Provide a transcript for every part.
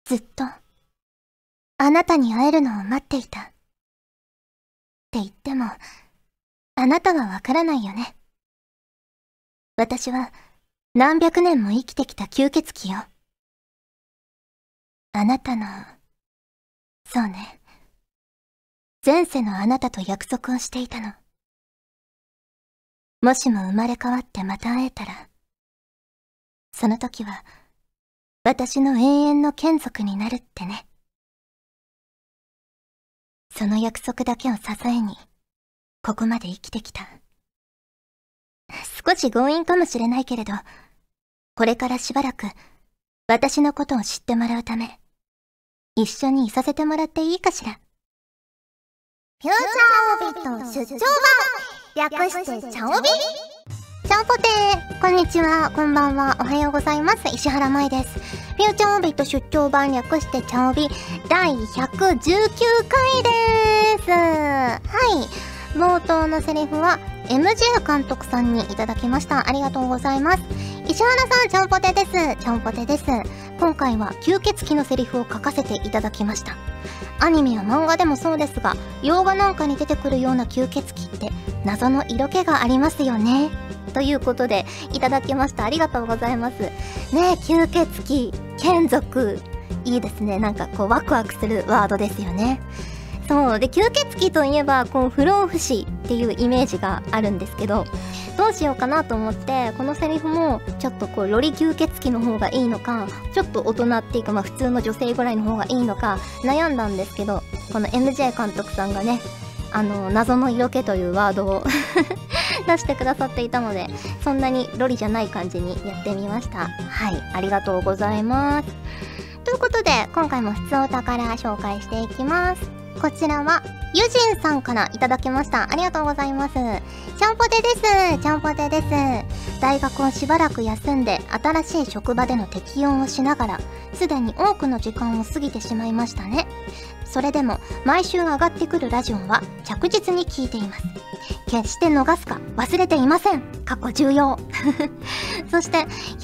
ずっと、あなたに会えるのを待っていた。って言っても、あなたはわからないよね。私は、何百年も生きてきた吸血鬼よ。あなたの、そうね。前世のあなたと約束をしていたの。もしも生まれ変わってまた会えたら、その時は、私の永遠の眷属になるってね。その約束だけを支えに、ここまで生きてきた。少し強引かもしれないけれど、これからしばらく、私のことを知ってもらうため、一緒にいさせてもらっていいかしら。 フューチャーオビット出張版、略してチャオビ。 ちゃんぽてー、こんにちは、こんばんは、おはようございます。石原舞です。フューチャーオビット出張版、略してチャオビ第119回です。はい、冒頭のセリフは MJ 監督さんにいただきました。ありがとうございます。石原さん、ちゃんぽてです。ちゃんぽてです。今回は吸血鬼のセリフを書かせていただきました。アニメや漫画でもそうですが、洋画なんかに出てくるような吸血鬼って謎の色気がありますよね。ということでいただきました。ありがとうございます。ねえ、吸血鬼、眷属、いいですね。なんかこうワクワクするワードですよね。そうで、吸血鬼といえばこう不老不死っていうイメージがあるんですけど、どうしようかなと思って、このセリフもちょっとこうロリ吸血鬼の方がいいのか、ちょっと大人っていうか普通の女性ぐらいの方がいいのか悩んだんですけど、この MJ 監督さんがね、謎の色気というワードを出してくださっていたので、そんなにロリじゃない感じにやってみました。はい、ありがとうございます。ということで、今回も普通お宝紹介していきます。こちらはユジンさんからいただきました。ありがとうございます。ちゃんぽてです。ちゃんぽてです。大学をしばらく休んで新しい職場での適応をしながら、すでに多くの時間を過ぎてしまいましたね。それでも毎週上がってくるラジオは着実に聞いています。決して逃すか忘れていません。過去重要。そして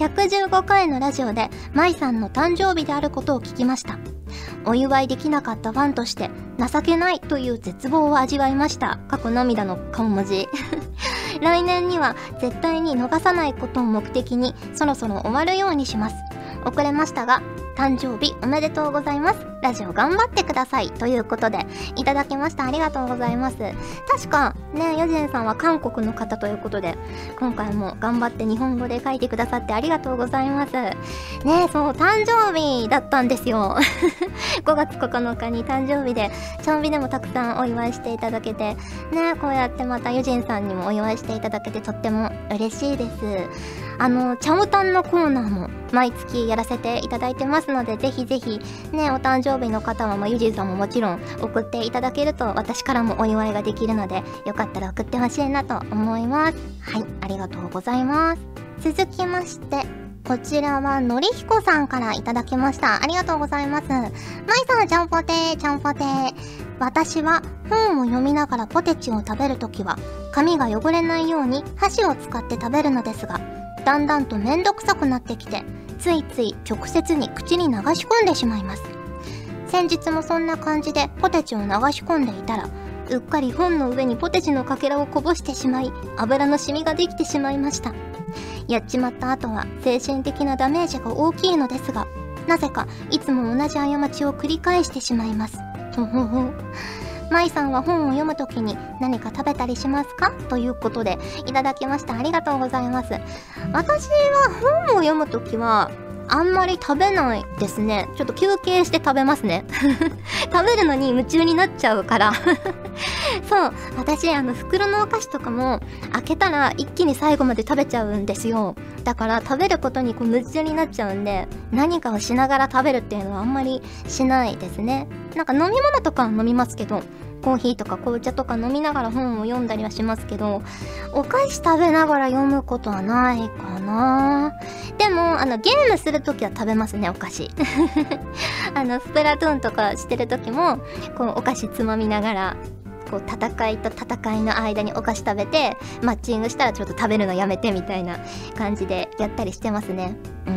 115回のラジオで舞さんの誕生日であることを聞きました。お祝いできなかったファンとして情けないという絶望を味わいました。過去涙の顔文字。来年には絶対に逃さないことを目的にそろそろ終わるようにします。遅れましたが誕生日おめでとうございます。ラジオ頑張ってください。ということでいただきました。ありがとうございます。確かね、ヨジンさんは韓国の方ということで、今回も頑張って日本語で書いてくださってありがとうございます。ね、そう、誕生日だったんですよ。5月9日に誕生日で、チャンビでもたくさんお祝いしていただけて、ね、こうやってまたヨジンさんにもお祝いしていただけてとっても嬉しいです。チャオタンのコーナーも毎月やらせていただいてますので、ぜひぜひね、お誕生日の方はユジンさんももちろん送っていただけると私からもお祝いができるので、よかったら送ってほしいなと思います。はい、ありがとうございます。続きましてこちらはのりひこさんからいただきました。ありがとうございます。まいさん、ちゃんぽてー、ちゃんぽてー。私は本を読みながらポテチを食べるときは紙が汚れないように箸を使って食べるのですが、だんだんとめんどくさくなってきて、ついつい直接に口に流し込んでしまいます。先日もそんな感じでポテチを流し込んでいたら、うっかり本の上にポテチのかけらをこぼしてしまい、油のシミができてしまいました。やっちまった後は精神的なダメージが大きいのですが、なぜかいつも同じ過ちを繰り返してしまいます。まいさんは本を読むときに何か食べたりしますか？ということでいただきました。ありがとうございます。私は本を読むときはあんまり食べないですね。ちょっと休憩して食べますね。食べるのに夢中になっちゃうから。そう、私袋のお菓子とかも開けたら一気に最後まで食べちゃうんですよ。だから食べることにこう夢中になっちゃうんで、何かをしながら食べるっていうのはあんまりしないですね。なんか飲み物とかは飲みますけど、コーヒーとか紅茶とか飲みながら本を読んだりはしますけど、お菓子食べながら読むことはないかな。でもゲームするときは食べますね、お菓子。スプラトゥーンとかしてるときもこうお菓子つまみながら、こう戦いと戦いの間にお菓子食べて、マッチングしたらちょっと食べるのやめてみたいな感じでやったりしてますね。うん。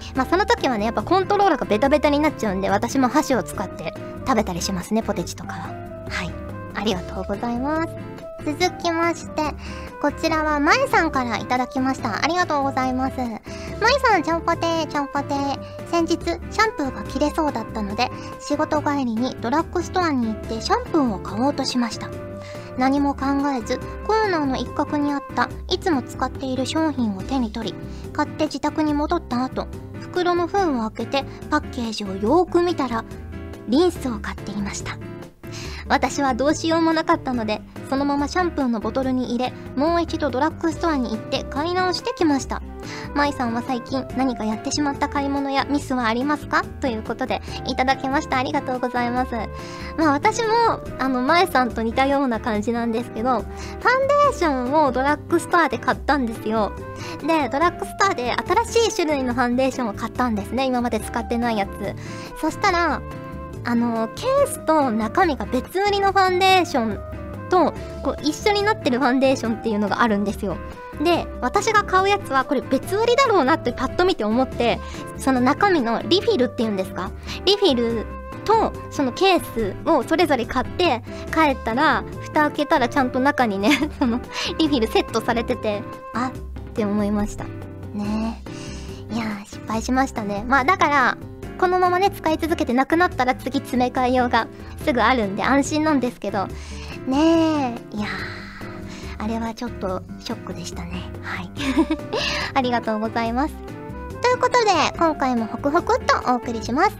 まあその時はねやっぱコントローラーがベタベタになっちゃうんで、私も箸を使って食べたりしますね、ポテチとかは。はい、ありがとうございます。続きまして、こちらはまえさんからいただきました。ありがとうございます。まえさん、ちゃんぽてーちゃんぽてー。先日シャンプーが切れそうだったので、仕事帰りにドラッグストアに行ってシャンプーを買おうとしました。何も考えずコーナーの一角にあったいつも使っている商品を手に取り、買って自宅に戻った後、袋の封を開けてパッケージをよーく見たらリンスを買っていました。私はどうしようもなかったので、そのままシャンプーのボトルに入れ、もう一度ドラッグストアに行って買い直してきました。まいさんは最近何かやってしまった買い物やミスはありますか？ということでいただきました。ありがとうございます。まあ私もまいさんと似たような感じなんですけど、ファンデーションをドラッグストアで買ったんですよ。でドラッグストアで新しい種類のファンデーションを買ったんですね、今まで使ってないやつ。そしたらケースと中身が別売りのファンデーションとこう一緒になってるファンデーションっていうのがあるんですよ。で私が買うやつはこれ別売りだろうなってパッと見て思って、その中身のリフィルっていうんですか、リフィルとそのケースをそれぞれ買って帰ったら、蓋開けたらちゃんと中にねそのリフィルセットされてて、あって思いましたね。いやー失敗しましたね。まあだからこのままね使い続けてなくなったら次詰め替えようがすぐあるんで安心なんですけどね。えいやーあれはちょっとショックでしたね。はいありがとうございます。ということで今回もホクホクっとお送りします。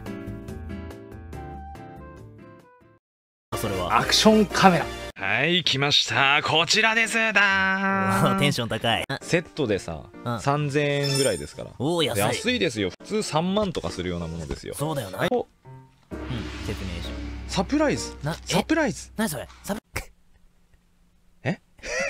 それはアクションカメラ。 はい、来ました。こちらです。だーん。 テンション高い。 セットでさ、3000円ぐらいですから。 おお、安い。 安いですよ。普通3万とかするようなものですよ。 そうだよな。 説明書。 サプライズ。サプライズ。 何それ？ え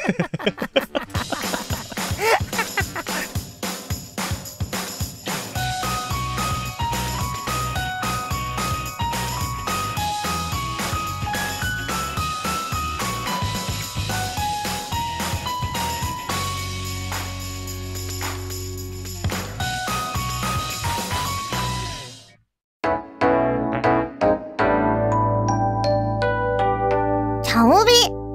茶帯。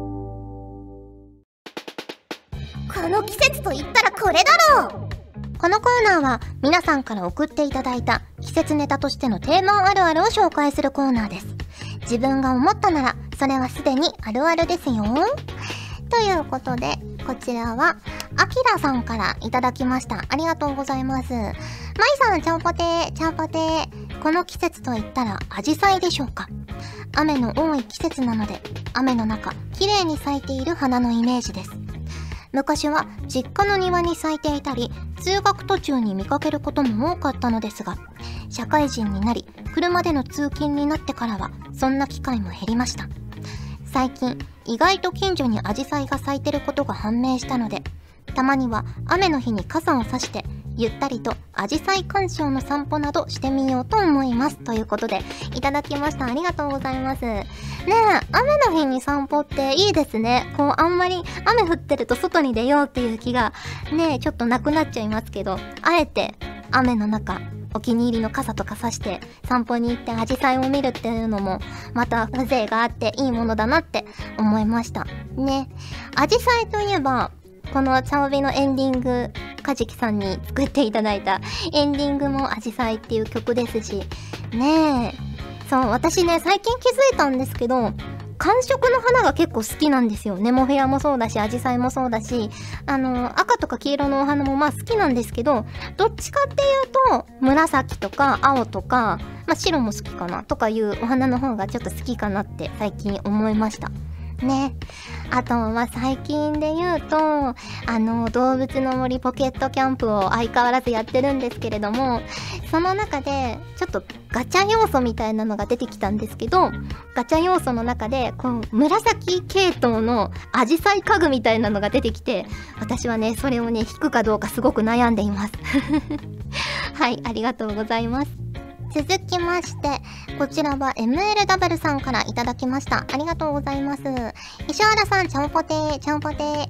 この季節と言ったらこれだろう。 このコーナーは皆さんから送っていただいた季節ネタとしての定番あるあるを紹介するコーナーです。自分が思ったならそれはすでにあるあるですよ。ということでこちらはあきらさんからいただきました。ありがとうございます。まいさん、ちゃんぽてーちゃんぽてー。この季節と言ったらアジサイでしょうか。雨の多い季節なので雨の中綺麗に咲いている花のイメージです。昔は実家の庭に咲いていたり通学途中に見かけることも多かったのですが、社会人になり車での通勤になってからはそんな機会も減りました。最近意外と近所にアジサイが咲いてることが判明したので、たまには雨の日に傘を差してゆったりとアジサイ鑑賞の散歩などしてみようと思います。ということでいただきました。ありがとうございます。ねえ、雨の日に散歩っていいですね。こうあんまり雨降ってると外に出ようっていう気がねちょっとなくなっちゃいますけど、あえて雨の中お気に入りの傘とか差して散歩に行ってアジサイを見るっていうのもまた風情があっていいものだなって思いましたね。アジサイといえばこのチャオビのエンディング、カジキさんに作っていただいたエンディングもアジサイっていう曲ですしねえ。そう、私ね最近気づいたんですけど、寒色の花が結構好きなんですよ。ネモフィラもそうだしアジサイもそうだし、赤とか黄色のお花もまあ好きなんですけど、どっちかっていうと紫とか青とか、まあ、白も好きかなとかいうお花の方がちょっと好きかなって最近思いましたね。あとは最近で言うと動物の森ポケットキャンプを相変わらずやってるんですけれども、その中でちょっとガチャ要素みたいなのが出てきたんですけど、ガチャ要素の中でこう紫系統のアジサイ家具みたいなのが出てきて、私はねそれをね引くかどうかすごく悩んでいますはい、ありがとうございます。続きましてこちらは MLW さんからいただきました。ありがとうございます。石原さん、ちゃんぽてーちゃんぽてー。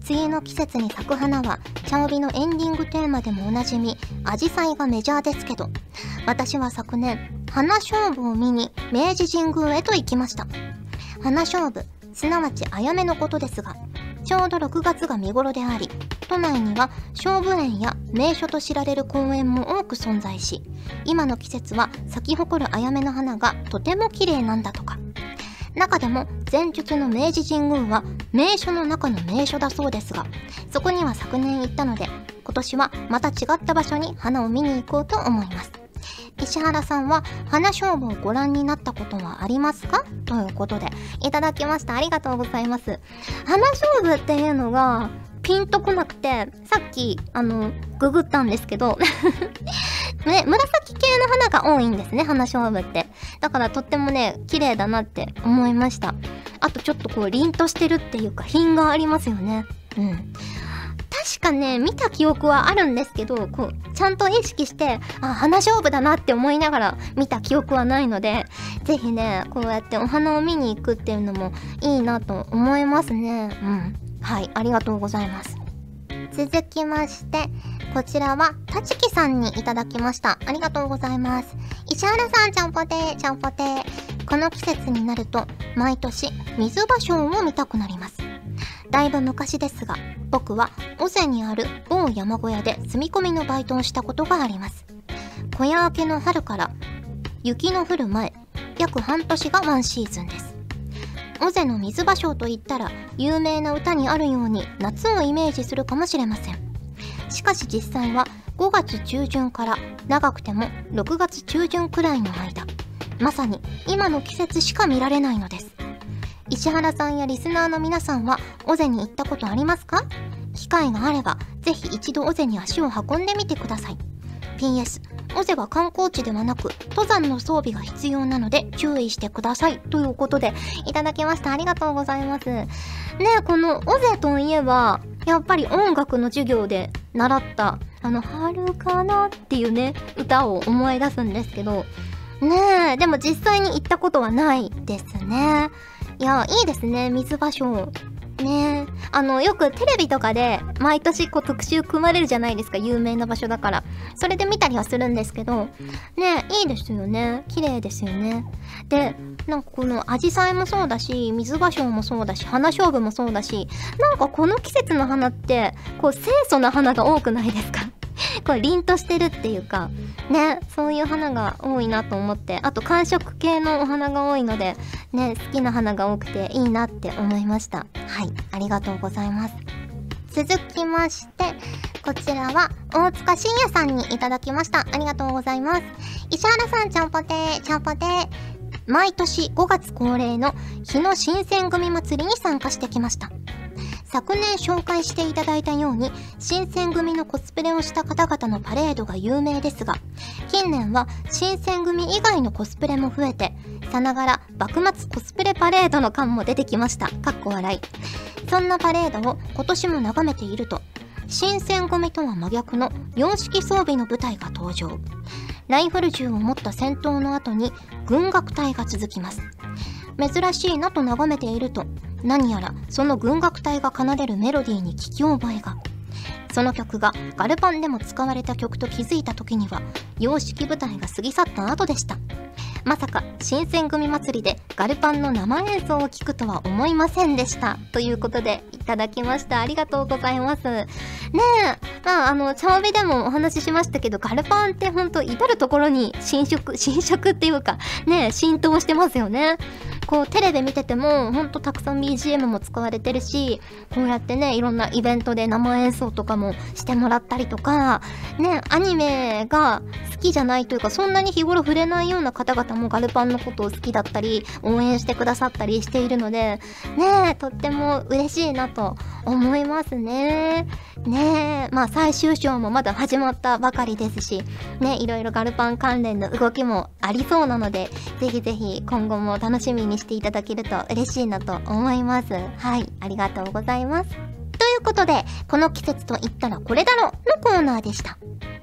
梅雨の季節に咲く花はチャオビのエンディングテーマでもおなじみアジサイがメジャーですけど、私は昨年花菖蒲を見に明治神宮へと行きました。花菖蒲、すなわちあやめのことですが、ちょうど6月が見頃であり、都内には菖蒲園や名所と知られる公園も多く存在し、今の季節は咲き誇るあやめの花がとても綺麗なんだとか。中でも前述の明治神宮は名所の中の名所だそうですが、そこには昨年行ったので、今年はまた違った場所に花を見に行こうと思います。石原さんは花菖蒲をご覧になったことはありますか？ということでいただきました。ありがとうございます。花菖蒲っていうのがピンとこなくて、さっきググったんですけどね、紫系の花が多いんですね、花菖蒲って。だからとってもね、綺麗だなって思いました。あとちょっとこう凛としてるっていうか品がありますよね。うん。確かね、見た記憶はあるんですけど、こうちゃんと意識して花菖蒲だなって思いながら見た記憶はないので、ぜひね、こうやってお花を見に行くっていうのもいいなと思いますね。うん。はい、ありがとうございます。続きまして、こちらはたちきさんにいただきました。ありがとうございます。石原さん、ちゃんぽてー、ちゃんぽてー。この季節になると毎年水芭蕉を見たくなります。だいぶ昔ですが、僕は尾瀬にある某山小屋で住み込みのバイトをしたことがあります。小屋明けの春から雪の降る前、約半年がワンシーズンです。尾瀬の水芭蕉といったら有名な歌にあるように夏をイメージするかもしれません。しかし実際は5月中旬から長くても6月中旬くらいの間、まさに今の季節しか見られないのです。石原さんやリスナーの皆さんは尾瀬に行ったことありますか？機会があればぜひ一度尾瀬に足を運んでみてください。 PS、 尾瀬は観光地ではなく登山の装備が必要なので注意してください、ということでいただきました。ありがとうございます。ねえ、この尾瀬といえばやっぱり音楽の授業で習った春かなっていうね、歌を思い出すんですけどね。え、でも実際に行ったことはないですね。いや、いいですね、水芭蕉。ねえ、よくテレビとかで毎年こう特集組まれるじゃないですか、有名な場所だから。それで見たりはするんですけど、ねえ、いいですよね。綺麗ですよね。で、なんかこのアジサイもそうだし、水芭蕉もそうだし、花菖蒲もそうだし、なんかこの季節の花って、こう清楚な花が多くないですか？こう凛としてるっていうかね、そういう花が多いなと思って、あと寒色系のお花が多いのでね、好きな花が多くていいなって思いました。はい、ありがとうございます。続きまして、こちらは大塚信也さんにいただきました。ありがとうございます。石原さん、ちゃんぽてー、ちゃんぽてー。毎年5月恒例の日野新選組祭りに参加してきました。昨年紹介していただいたように新選組のコスプレをした方々のパレードが有名ですが、近年は新選組以外のコスプレも増えて、さながら幕末コスプレパレードの感も出てきました。かっこ笑い。そんなパレードを今年も眺めていると、新選組とは真逆の洋式装備の部隊が登場。ライフル銃を持った戦闘の後に軍楽隊が続きます。珍しいなと眺めていると、何やらその軍楽隊が奏でるメロディーに聞き覚えが。その曲がガルパンでも使われた曲と気づいた時には洋式部隊が過ぎ去った後でした。まさか新選組祭りでガルパンの生演奏を聞くとは思いませんでした、ということでいただきました。ありがとうございます。ねえ、まあチャオビでもお話ししましたけど、ガルパンってほんと至る所に新色っていうかね、浸透してますよね。こうテレビ見ててもほんとたくさん BGM も使われてるし、こうやってね、いろんなイベントで生演奏とかもしてもらったりとかね、アニメが好きじゃないというか、そんなに日頃触れないような方々もガルパンのことを好きだったり応援してくださったりしているのでね、とっても嬉しいなと思いますね。ねえ、まあ最終章もまだ始まったばかりですしね、いろいろガルパン関連の動きもありそうなので、ぜひぜひ今後も楽しみにしていただけると嬉しいなと思います。はい、ありがとうございます。ということで、この季節と言ったらこれだろのコーナーでした。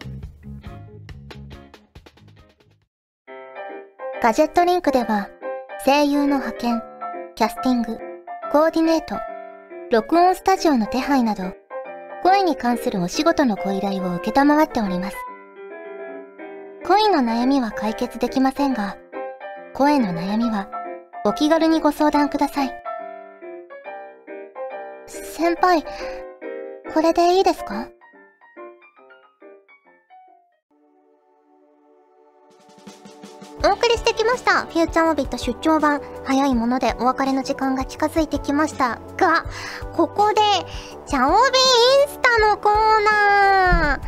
ガジェットリンクでは声優の派遣、キャスティング、コーディネート、 録音スタジオの手配など、声に関するお仕事のご依頼を受けたまわっております。恋の悩みは解決できませんが、声の悩みはお気軽にご相談ください。先輩、これでいいですか？お送りしてきました。フューチャーオビット出張版。早いものでお別れの時間が近づいてきましたが、ここで、チャオビインスタのコーナー。はい、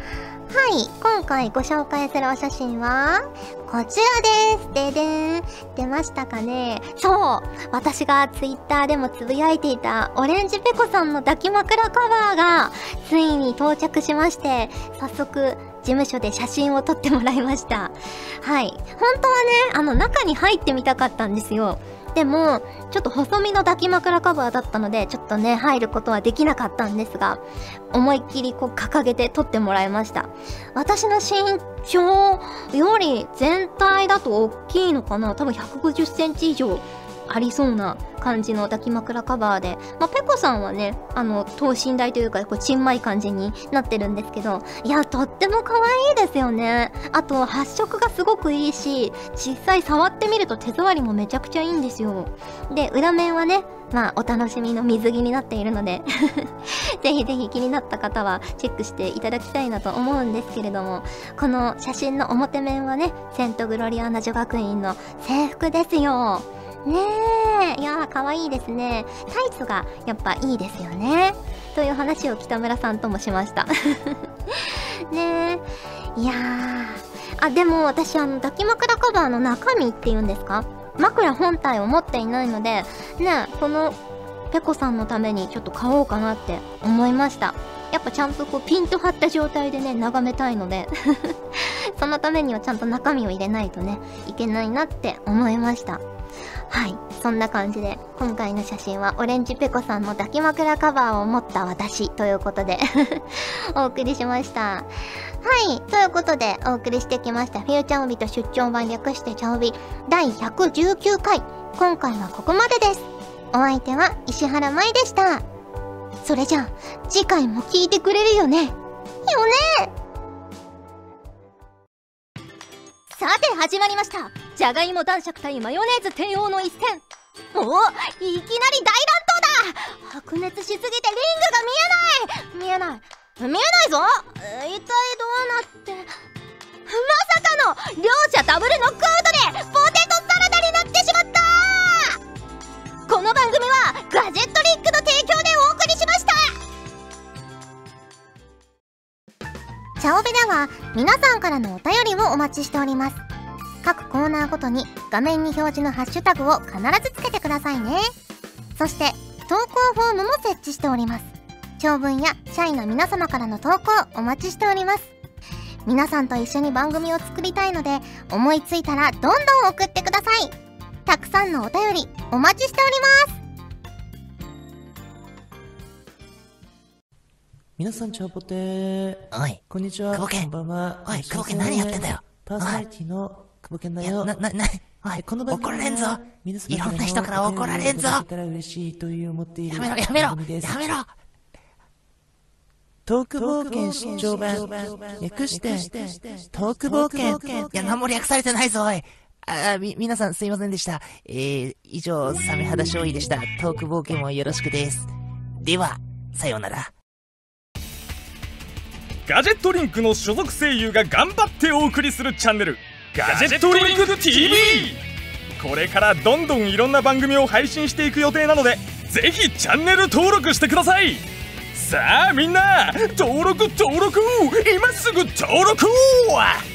今回ご紹介するお写真は、こちらです。ででん。出ましたかね？そう、私がツイッターでもつぶやいていたオレンジペコさんの抱き枕カバーがついに到着しまして、早速事務所で写真を撮ってもらいました。はい。本当はね、中に入ってみたかったんですよ。でも、ちょっと細身の抱き枕カバーだったので、ちょっとね、入ることはできなかったんですが、思いっきりこう掲げて撮ってもらいました。私の身長より全体だと大きいのかな？多分150センチ以上ありそうな感じの抱き枕カバーで、ペコさんはね、等身大というか、こう、ちんまい感じになってるんですけど、いや、とっても可愛いですよね。あと、発色がすごくいいし、実際触ってみると手触りもめちゃくちゃいいんですよ。で、裏面はね、お楽しみの水着になっているので、ぜひぜひ気になった方はチェックしていただきたいなと思うんですけれども、この写真の表面はね、セントグロリアーナ女学院の制服ですよ。ねえ、いやー、可愛いですね。タイツがやっぱいいですよね。という話を北村さんともしました。ねえ、いやー。でも私抱き枕カバーの中身っていうんですか？枕本体を持っていないので、ねえ、このペコさんのためにちょっと買おうかなって思いました。やっぱちゃんとこうピンと張った状態でね、眺めたいので、そのためにはちゃんと中身を入れないとね、いけないなって思いました。はい。そんな感じで、今回の写真はオレンジペコさんの抱き枕カバーを持った私ということで、お送りしました。はい。ということで、お送りしてきました。フューチャーオビと出張版略してチャオビ第119回。今回はここまでです。お相手は石原舞でした。それじゃあ、次回も聞いてくれるよね？よね？ さて始まりました。じゃがいも男爵対マヨネーズ帝王の一戦。おお、いきなり大乱闘だ。白熱しすぎてリングが見えないぞ。一体どうなって。まさかの両者ダブルノックアウトでポテトサラダになってしまった。この番組はガジェットリンクの提供でお送りしました。 チャオベでは皆さんからのお便りをお待ちしております。各コーナーごとに画面に表示のハッシュタグを必ずつけてくださいね。そして投稿フォームも設置しております。長文や社員の皆様からの投稿お待ちしております。皆さんと一緒に番組を作りたいので、思いついたらどんどん送ってください。たくさんのお便りお待ちしております。 皆さん、チャオポテー。 おい、 こんにちは。 久保健。 こんばんは。 おい、久保健何やってんだよ。 パーソナリティの久保健だよ。 おい、 この番組怒られんぞ。いろんな人から怒られんぞ。 やめろ。トーク冒険出張版。略して、トーク冒険。 いや、何も略されてないぞ、おい。皆さんすいませんでした。以上、サメ肌勝利でした。トーク冒険もよろしくです。では、さようなら。 ガジェットリンクの所属声優が頑張ってお送りするチャンネル、ガジェットリンク TV。 これからどんどんいろんな番組を配信していく予定なので、ぜひチャンネル登録してください。さあみんな、登録今すぐ登録。